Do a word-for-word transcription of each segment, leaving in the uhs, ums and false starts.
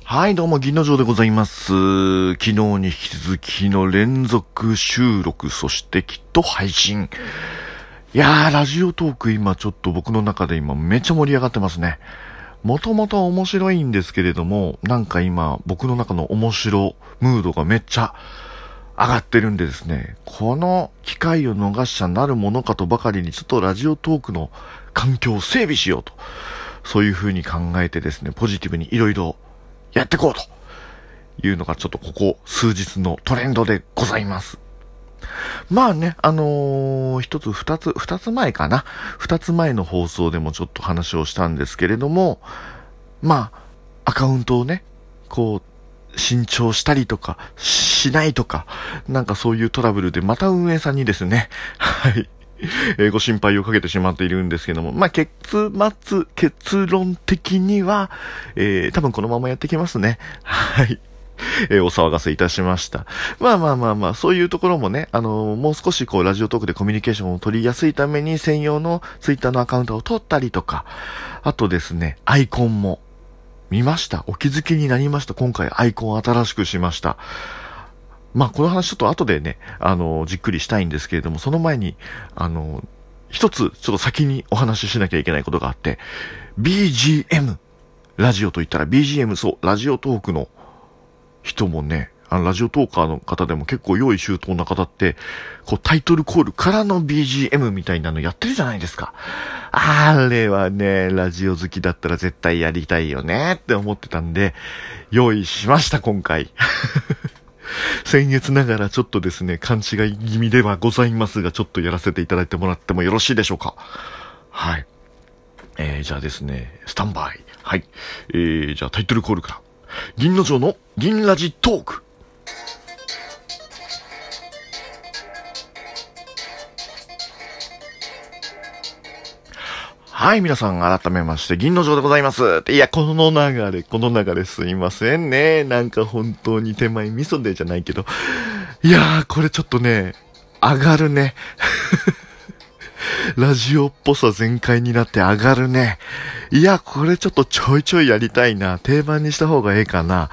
はい、どうも、銀の城でございます。昨日に引き続きの連続収録、そしてきっと配信。いやー、ラジオトーク今ちょっと僕の中で今めっちゃ盛り上がってますね。もともと面白いんですけれども、なんか今僕の中の面白ムードがめっちゃ上がってるんでですね、この機会を逃しちゃなるものかとばかりにちょっとラジオトークの環境を整備しようと。そういう風に考えてですね、ポジティブにいろいろやっていこうというのがちょっとここ数日のトレンドでございます。まあね、あのー、一つ二つ、二つ前かな。二つ前の放送でもちょっと話をしたんですけれども、まあ、アカウントをね、こう、新調したりとか、しないとか、なんかそういうトラブルでまた運営さんにですね、はい。えー、ご心配をかけてしまっているんですけども、まあ、結末、結論的には、えー、多分このままやってきますね。はい。えー、お騒がせいたしました。まあまあまあまあ、そういうところもね、あのー、もう少しこう、ラジオトークでコミュニケーションを取りやすいために専用のツイッターのアカウントを取ったりとか、あとですね、アイコンも見ました。お気づきになりました。今回アイコンを新しくしました。まあ、この話ちょっと後でね、あの、じっくりしたいんですけれども、その前に、あの、一つ、ちょっと先にお話ししなきゃいけないことがあって、ビージーエム、ラジオと言ったら ビージーエム、そう、ラジオトークの人もね、あの、ラジオトーカーの方でも結構用意周到な方って、こう、タイトルコールからの ビージーエム みたいなのやってるじゃないですか。あれはね、ラジオ好きだったら絶対やりたいよねって思ってたんで、用意しました、今回。先月ながらちょっとですね、勘違い気味ではございますが、ちょっとやらせていただいてもらってもよろしいでしょうか。はい。えー、じゃあですね、スタンバイ。はい。えー、じゃあタイトルコールから。銀の城の銀ラジトーク。はい、皆さん改めまして銀の城でございます。いや、この流れ、この流れすいませんね。なんか本当に手前味噌でじゃないけど。いやー、これちょっとね、上がるね。ラジオっぽさ全開になって上がるね。いや、これちょっとちょいちょいやりたいな。定番にした方がええかな。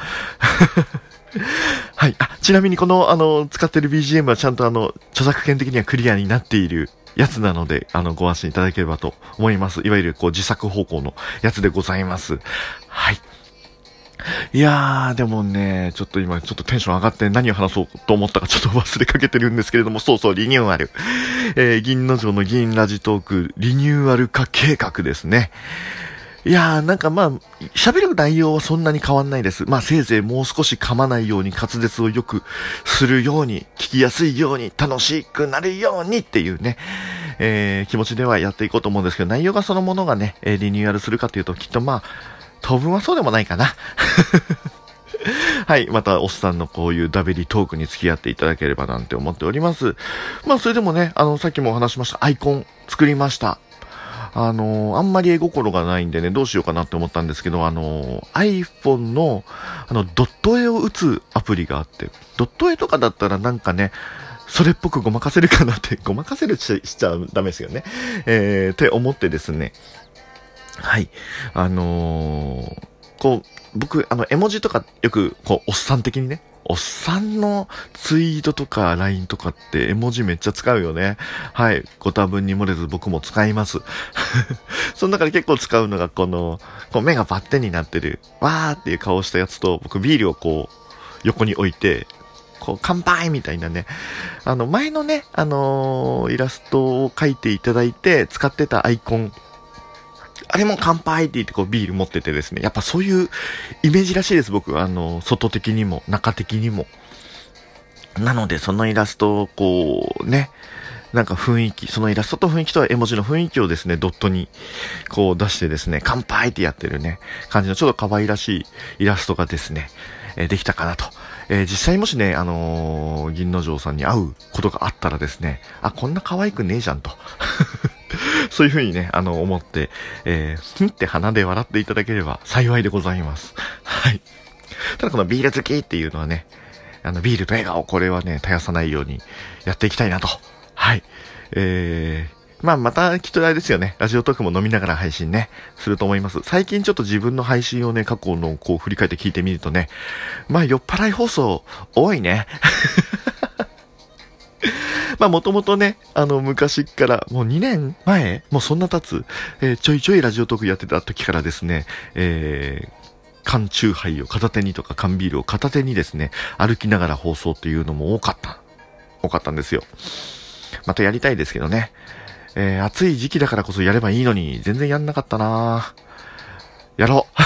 はい。あ、ちなみにこの、あの、使ってる ビージーエム はちゃんとあの、著作権的にはクリアになっているやつなので、あの、ご安心いただければと思います。いわゆる、こう、自作方向のやつでございます。はい。いやー、でもね、ちょっと今、ちょっとテンション上がって何を話そうと思ったかちょっと忘れかけてるんですけれども、そうそう、リニューアル。えー、銀の城の銀ラジトーク、リニューアル化計画ですね。いやー、なんかまあ、喋る内容はそんなに変わんないです。まあ、せいぜいもう少し噛まないように、滑舌をよくするように、聞きやすいように、楽しくなるようにっていうね、えー、気持ちではやっていこうと思うんですけど、内容がそのものがね、リニューアルするかというと、きっとまあ、当分はそうでもないかな。はい。また、おっさんのこういうダベリトークに付き合っていただければなんて思っております。まあ、それでもね、あの、さっきもお話しました、アイコン作りました。あのー、あんまり絵心がないんでね、どうしようかなって思ったんですけど、あのー、iPhone の、あの、ドット絵を打つアプリがあって、ドット絵とかだったらなんかね、それっぽくごまかせるかなって、ごまかせるしちゃダメですよね。えー、って思ってですね。はい。あのー、こう、僕、あの、絵文字とかよく、こう、おっさん的にね、おっさんのツイートとか ライン とかって絵文字めっちゃ使うよね。はい。ご多分に漏れず僕も使います。その中で結構使うのがこの、こう目がバッテンになってる、わーっていう顔したやつと、僕ビールをこう、横に置いて、こう、乾杯みたいなね。あの、前のね、あのー、イラストを描いていただいて、使ってたアイコン、あれも乾杯って言ってこうビール持っててですね。やっぱそういうイメージらしいです、僕。あの、外的にも、中的にも。なので、そのイラストをこう、ね、なんか雰囲気、そのイラストと雰囲気と絵文字の雰囲気をですね、ドットにこう出してですね、乾杯ってやってるね、感じのちょっと可愛らしいイラストがですね、えー、できたかなと。えー、実際もしね、あのー、銀の城さんに会うことがあったらですね、あ、こんな可愛くねえじゃんと。そういう風にね、あの、思って、えー、ふんって鼻で笑っていただければ幸いでございます。はい。ただこのビール好きっていうのはね、あの、ビールと笑顔、これはね、絶やさないようにやっていきたいなと。はい。えー、 まあまたきっとあれですよね。ラジオトークも飲みながら配信ね、すると思います。最近ちょっと自分の配信をね、過去のこう振り返って聞いてみるとね、まあ酔っ払い放送多いね。まあもともとね、あの昔からもうにねんまえもうそんな経つ、えー、ちょいちょいラジオトークやってた時からですね、えー缶チューハイを片手にとか缶ビールを片手にですね、歩きながら放送っていうのも多かった。多かったんですよ。またやりたいですけどね。えー、暑い時期だからこそやればいいのに、全然やんなかったなやろう。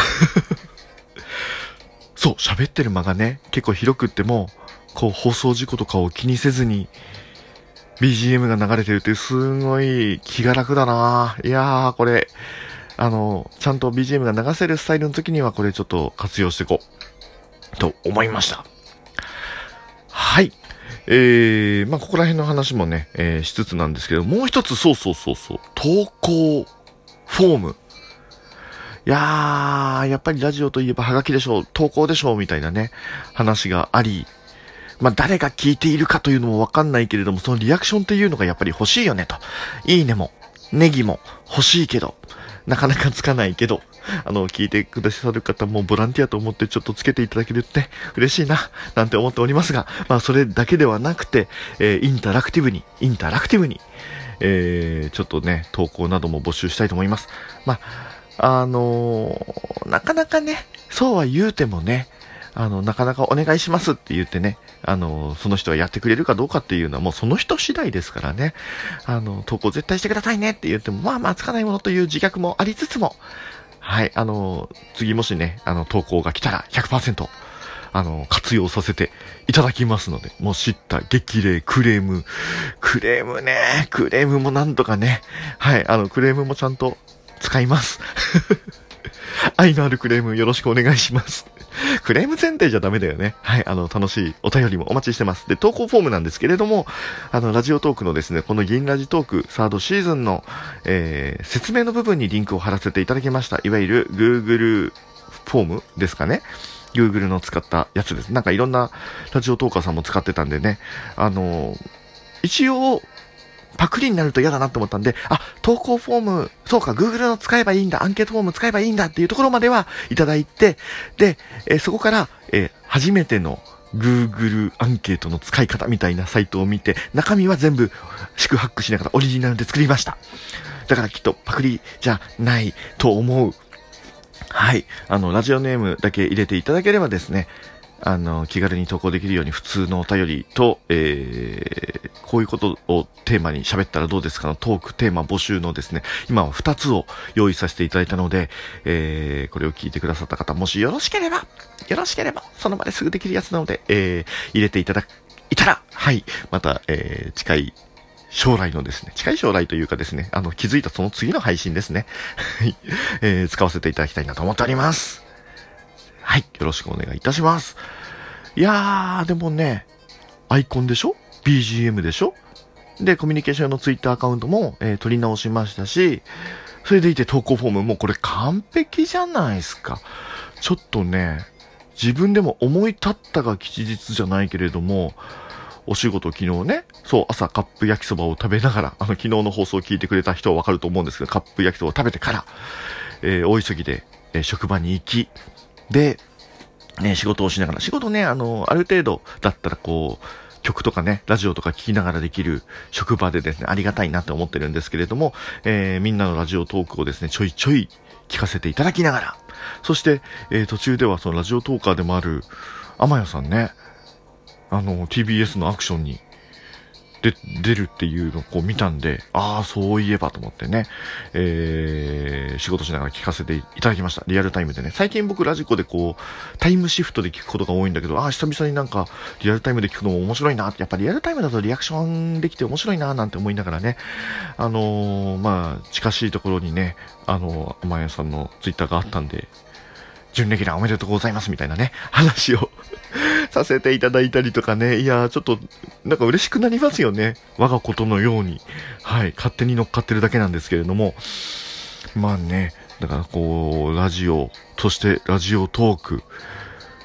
そう、喋ってる間がね、結構広くっても、こう放送事故とかを気にせずに、ビージーエム が流れてるってすごい気が楽だないやー、これ、あの、ちゃんと ビージーエム が流せるスタイルの時にはこれちょっと活用していこうと思いました。はい。えー、まあ、ここら辺の話もね、えー、しつつなんですけど、もう一つ、そうそうそうそう、投稿フォーム。いやー、やっぱりラジオといえばハガキでしょう、投稿でしょう、みたいなね、話があり、まあ、誰が聞いているかというのもわかんないけれども、そのリアクションっていうのがやっぱり欲しいよねと。いいねも、ネギも欲しいけど、なかなかつかないけど、あの、聞いてくださる方もボランティアと思ってちょっとつけていただけるって嬉しいな、なんて思っておりますが、まあそれだけではなくて、えー、インタラクティブに、インタラクティブに、えー、ちょっとね、投稿なども募集したいと思います。まあ、あのー、なかなかね、そうは言うてもね、あの、なかなかお願いしますって言ってね、あの、その人がやってくれるかどうかっていうのはもうその人次第ですからね。あの、投稿絶対してくださいねって言っても、まあまあつかないものという自覚もありつつも、はい、あの、次もしね、あの、投稿が来たら ひゃくパーセント、あの、活用させていただきますので、もう知った激励、クレーム、クレームね、クレームもなんとかね、はい、あの、クレームもちゃんと使います。愛のあるクレームよろしくお願いします。クレーム前提じゃダメだよね。はい、あの、楽しいお便りもお待ちしてます。で、投稿フォームなんですけれども、あの、ラジオトークのですね、この銀ラジトークサードシーズンの、えー、説明の部分にリンクを貼らせていただきました。いわゆる Google フォームですかね。Google の使ったやつです。なんかいろんなラジオトーカーさんも使ってたんでね、あの、一応、パクリになると嫌だなと思ったんで、あ、投稿フォーム、そうか、Google の使えばいいんだ、アンケートフォーム使えばいいんだっていうところまではいただいて、で、えー、そこから、えー、初めての Google アンケートの使い方みたいなサイトを見て、中身は全部四苦八苦しながらオリジナルで作りました。だからきっとパクリじゃないと思う。はい。あの、ラジオネームだけ入れていただければですね、あの、気軽に投稿できるように普通のお便りと、えー、こういうことをテーマに喋ったらどうですかのトークテーマ募集のですね、今はふたつを用意させていただいたので、えー、これを聞いてくださった方、もしよろしければ、よろしければ、その場ですぐできるやつなので、えー、入れていただいたら、はい、また、えー、近い将来のですね、近い将来というかですね、あの、気づいたその次の配信ですね、はい、えー、使わせていただきたいなと思っております。はい。よろしくお願いいたします。いやー、でもね、アイコンでしょ ?ビージーエム でしょで、コミュニケーションのツイッターアカウントも、えー、取り直しましたし、それでいて投稿フォームもこれ完璧じゃないですか。ちょっとね、自分でも思い立ったが吉日じゃないけれども、お仕事昨日ね、そう、朝カップ焼きそばを食べながら、あの、昨日の放送を聞いてくれた人はわかると思うんですけど、カップ焼きそばを食べてから、えー、大急ぎで、えー、職場に行き、で、ね、仕事をしながら、仕事ね、あの、ある程度だったらこう、曲とかね、ラジオとか聞きながらできる職場でですね、ありがたいなって思ってるんですけれども、えー、みんなのラジオトークをですね、ちょいちょい聞かせていただきながら、そして、えー、途中ではそのラジオトーカーでもある、あまやさんね、あの、ティービーエス のアクションに、で、出るっていうのをこう見たんで、ああ、そういえばと思ってね、えー、仕事しながら聞かせていただきました。リアルタイムでね。最近僕ラジコでこう、タイムシフトで聞くことが多いんだけど、ああ、久々になんか、リアルタイムで聞くのも面白いな。やっぱリアルタイムだとリアクションできて面白いな、なんて思いながらね、あのー、まあ、近しいところにね、あの、あまやさんのツイッターがあったんで、準レギュラーおめでとうございますみたいなね、話をさせていただいたりとかね、いやーちょっとなんか嬉しくなりますよね。我がことのように、はい、勝手に乗っかってるだけなんですけれども、まあね、だからこうラジオ、そしてラジオトーク、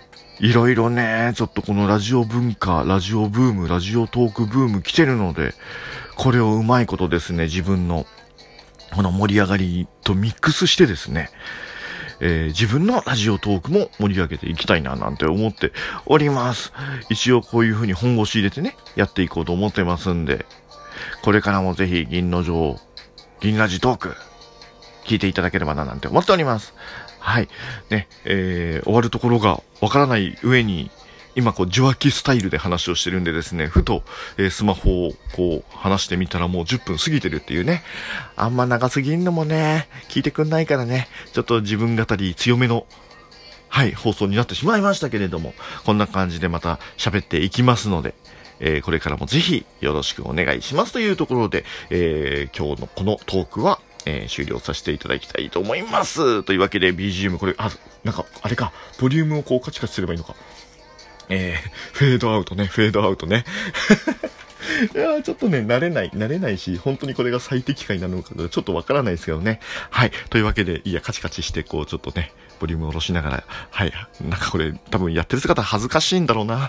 いろいろね、ちょっとこのラジオ文化、ラジオブーム、ラジオトークブーム来てるので、これをうまいことですね、自分のこの盛り上がりとミックスしてですね、えー、自分のラジオトークも盛り上げていきたいななんて思っております。一応こういう風に本腰入れてね、やっていこうと思ってますんで、これからもぜひ銀の城、銀ラジトーク、聞いていただければななんて思っております。はい。ね、えー、終わるところがわからない上に、今こう受話器スタイルで話をしてるんでですね、ふと、えー、スマホをこう話してみたらもうじゅっぷん過ぎてるっていうね。あんま長すぎんのもね、聞いてくんないからね、ちょっと自分語り強めの、はい、放送になってしまいましたけれども、こんな感じでまた喋っていきますので、えー、これからもぜひよろしくお願いしますというところで、えー、今日のこのトークは、えー、終了させていただきたいと思います。というわけで ビージーエム これ、あ、なんか、あれか、ボリュームをこうカチカチすればいいのか。えー、フェードアウトね、フェードアウトね。いやーちょっとね、慣れない、慣れないし、本当にこれが最適解なのかちょっとわからないですけどね。はい。というわけで、いや、カチカチして、こう、ちょっとね、ボリュームを下ろしながら、はい。なんかこれ、多分やってる姿恥ずかしいんだろうな。はい。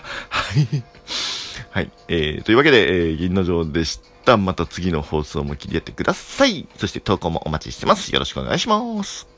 はい。えー、というわけで、えー、銀の城でした。また次の放送も聞いてやってください。そして投稿もお待ちしてます。よろしくお願いします。